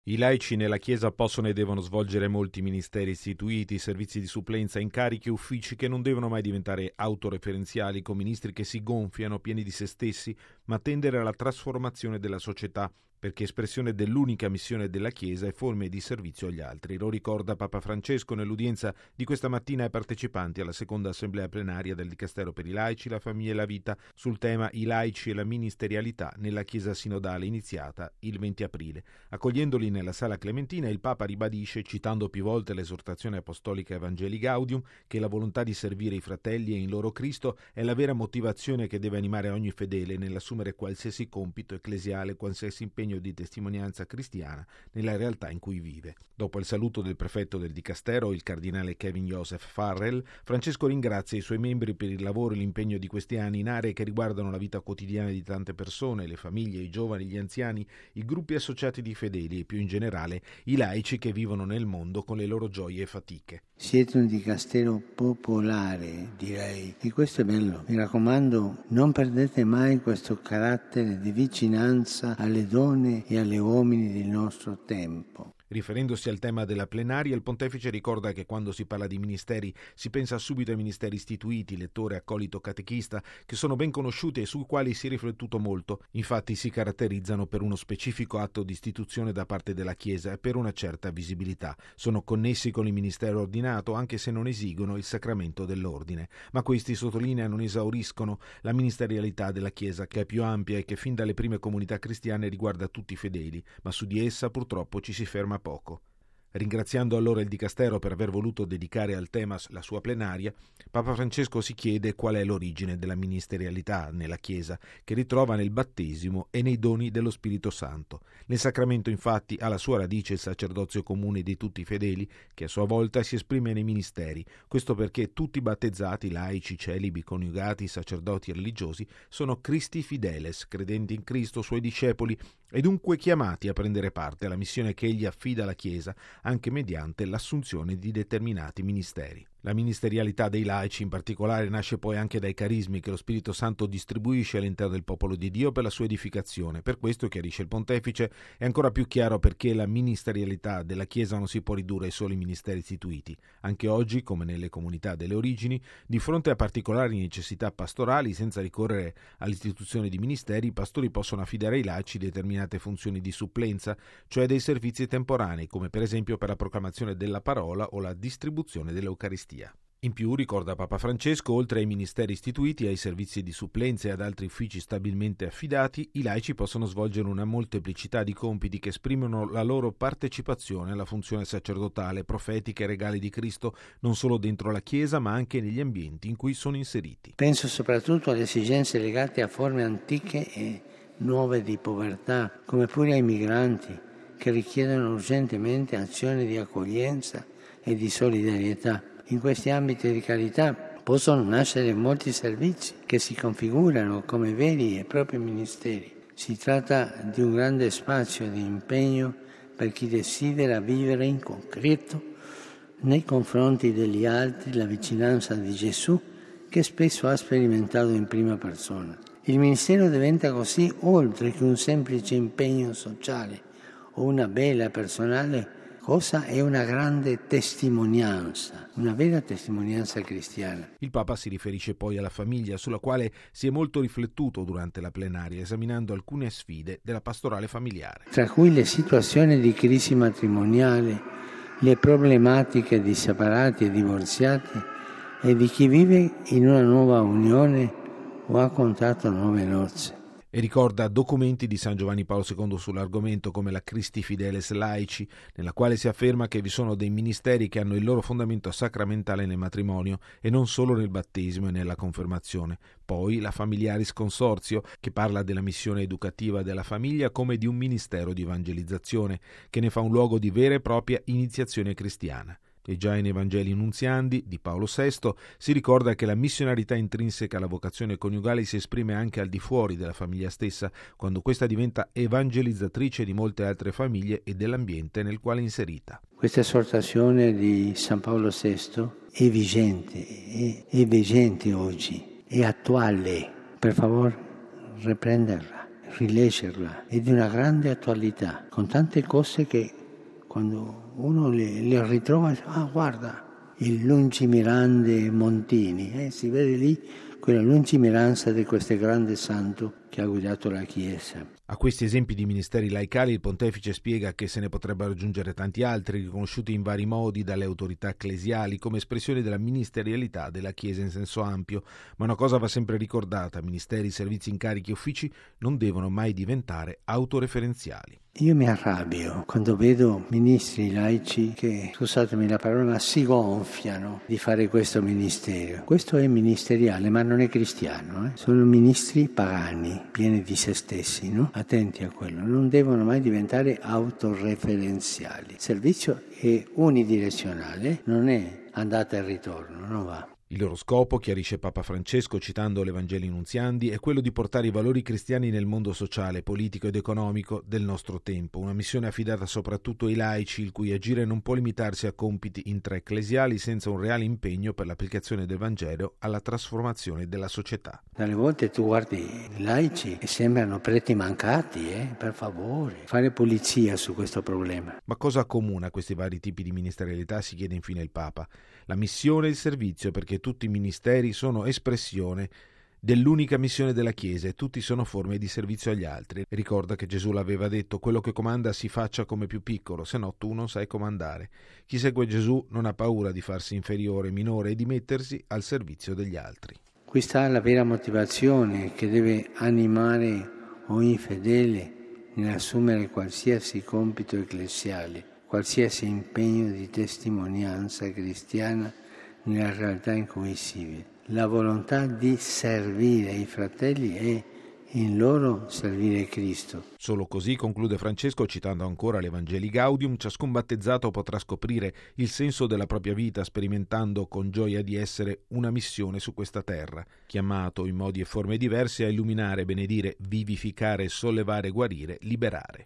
I laici nella Chiesa possono e devono svolgere molti ministeri istituiti, servizi di supplenza, incarichi e uffici che non devono mai diventare autoreferenziali con ministri che si gonfiano pieni di se stessi, ma tendere alla trasformazione della società, perché espressione dell'unica missione della Chiesa e forme di servizio agli altri. Lo ricorda Papa Francesco nell'udienza di questa mattina ai partecipanti alla seconda assemblea plenaria del Dicastero per i laici, la famiglia e la vita sul tema I laici e la ministerialità nella Chiesa sinodale iniziata il 20 aprile. Accogliendoli nella Sala Clementina, il Papa ribadisce, citando più volte l'esortazione apostolica Evangelii Gaudium, che la volontà di servire i fratelli e in loro Cristo è la vera motivazione che deve animare ogni fedele nell'assumere qualsiasi compito ecclesiale, qualsiasi impegno di testimonianza cristiana nella realtà in cui vive. Dopo il saluto del prefetto del Dicastero, il cardinale Kevin Joseph Farrell, Francesco ringrazia i suoi membri per il lavoro e l'impegno di questi anni in aree che riguardano la vita quotidiana di tante persone, le famiglie, i giovani, gli anziani, i gruppi associati di fedeli e più in generale i laici che vivono nel mondo con le loro gioie e fatiche. Siete un dicastero popolare, direi, e questo è bello. Mi raccomando, non perdete mai questo carattere di vicinanza alle donne e agli uomini del nostro tempo. Riferendosi al tema della plenaria, il pontefice ricorda che quando si parla di ministeri si pensa subito ai ministeri istituiti, lettore, accolito, catechista, che sono ben conosciuti e sui quali si è riflettuto molto. Infatti si caratterizzano per uno specifico atto di istituzione da parte della Chiesa e per una certa visibilità. Sono connessi con il ministero ordinato, anche se non esigono il sacramento dell'ordine. Ma questi, sottolinea, non esauriscono la ministerialità della Chiesa, che è più ampia e che fin dalle prime comunità cristiane riguarda tutti i fedeli, ma su di essa purtroppo ci si ferma poco. Ringraziando allora il Dicastero per aver voluto dedicare al tema la sua plenaria, Papa Francesco si chiede qual è l'origine della ministerialità nella Chiesa, che ritrova nel battesimo e nei doni dello Spirito Santo. Nel sacramento, infatti, ha la sua radice il sacerdozio comune di tutti i fedeli, che a sua volta si esprime nei ministeri. Questo perché tutti i battezzati, laici, celibi, coniugati, sacerdoti e religiosi, sono Christi fideles, credenti in Cristo, suoi discepoli, e dunque chiamati a prendere parte alla missione che egli affida alla Chiesa, anche mediante l'assunzione di determinati ministeri. La ministerialità dei laici in particolare nasce poi anche dai carismi che lo Spirito Santo distribuisce all'interno del popolo di Dio per la sua edificazione. Per questo, chiarisce il pontefice, è ancora più chiaro perché la ministerialità della Chiesa non si può ridurre ai soli ministeri istituiti. Anche oggi, come nelle comunità delle origini, di fronte a particolari necessità pastorali, senza ricorrere all'istituzione di ministeri, i pastori possono affidare ai laici determinate funzioni di supplenza, cioè dei servizi temporanei, come per esempio per la proclamazione della parola o la distribuzione dell'Eucaristia. In più, ricorda Papa Francesco, oltre ai ministeri istituiti, ai servizi di supplenza e ad altri uffici stabilmente affidati, i laici possono svolgere una molteplicità di compiti che esprimono la loro partecipazione alla funzione sacerdotale, profetica e regale di Cristo, non solo dentro la Chiesa, ma anche negli ambienti in cui sono inseriti. Penso soprattutto alle esigenze legate a forme antiche e nuove di povertà, come pure ai migranti, che richiedono urgentemente azioni di accoglienza e di solidarietà. In questi ambiti di carità possono nascere molti servizi che si configurano come veri e propri ministeri. Si tratta di un grande spazio di impegno per chi desidera vivere in concreto nei confronti degli altri la vicinanza di Gesù che spesso ha sperimentato in prima persona. Il ministero diventa così, oltre che un semplice impegno sociale o una vela personale, cosa è una grande testimonianza, una vera testimonianza cristiana. Il Papa si riferisce poi alla famiglia, sulla quale si è molto riflettuto durante la plenaria, esaminando alcune sfide della pastorale familiare. Tra cui le situazioni di crisi matrimoniale, le problematiche di separati e divorziati e di chi vive in una nuova unione o ha contratto nuove nozze. E ricorda documenti di San Giovanni Paolo II sull'argomento, come la Christi Fideles Laici, nella quale si afferma che vi sono dei ministeri che hanno il loro fondamento sacramentale nel matrimonio e non solo nel battesimo e nella confermazione. Poi la Familiaris Consorzio, che parla della missione educativa della famiglia come di un ministero di evangelizzazione, che ne fa un luogo di vera e propria iniziazione cristiana. E già in Evangeli Nunziandi di Paolo VI si ricorda che la missionarità intrinseca alla vocazione coniugale si esprime anche al di fuori della famiglia stessa, quando questa diventa evangelizzatrice di molte altre famiglie e dell'ambiente nel quale è inserita. Questa esortazione di San Paolo VI è vigente oggi, è attuale. Per favore, riprenderla, rileggerla, è di una grande attualità, con tante cose che quando uno le ritrova, guarda, il lungimirante Montini, si vede lì quella lungimiranza di questo grande santo che ha guidato la Chiesa. A questi esempi di ministeri laicali il pontefice spiega che se ne potrebbero aggiungere tanti altri, riconosciuti in vari modi dalle autorità ecclesiali come espressione della ministerialità della Chiesa in senso ampio, ma una cosa va sempre ricordata: ministeri, servizi, incarichi e uffici non devono mai diventare autoreferenziali. Io mi arrabbio quando vedo ministri laici che, scusatemi la parola, si gonfiano di fare questo ministero. Questo è ministeriale, ma non è cristiano. Sono ministri pagani, pieni di se stessi, no? Attenti a quello. Non devono mai diventare autoreferenziali. Il servizio è unidirezionale, non è andata e ritorno, non va. Il loro scopo, chiarisce Papa Francesco citando l'Evangeli Nunziandi, è quello di portare i valori cristiani nel mondo sociale, politico ed economico del nostro tempo, una missione affidata soprattutto ai laici, il cui agire non può limitarsi a compiti intraecclesiali senza un reale impegno per l'applicazione del Vangelo alla trasformazione della società. Dalle volte tu guardi i laici e sembrano preti mancati, per favore, fare pulizia su questo problema. Ma cosa accomuna questi vari tipi di ministerialità, si chiede infine il Papa? La missione e il servizio, perché tutti i ministeri sono espressione dell'unica missione della Chiesa e tutti sono forme di servizio agli altri. Ricorda che Gesù l'aveva detto: quello che comanda si faccia come più piccolo, se no tu non sai comandare. Chi segue Gesù non ha paura di farsi inferiore, minore e di mettersi al servizio degli altri. Qui sta la vera motivazione che deve animare ogni fedele nell'assumere qualsiasi compito ecclesiale, qualsiasi impegno di testimonianza cristiana nella realtà incommissibile. La volontà di servire i fratelli e in loro servire Cristo. Solo così, conclude Francesco citando ancora l'Evangelii Gaudium, ciascun battezzato potrà scoprire il senso della propria vita sperimentando con gioia di essere una missione su questa terra, chiamato in modi e forme diverse a illuminare, benedire, vivificare, sollevare, guarire, liberare.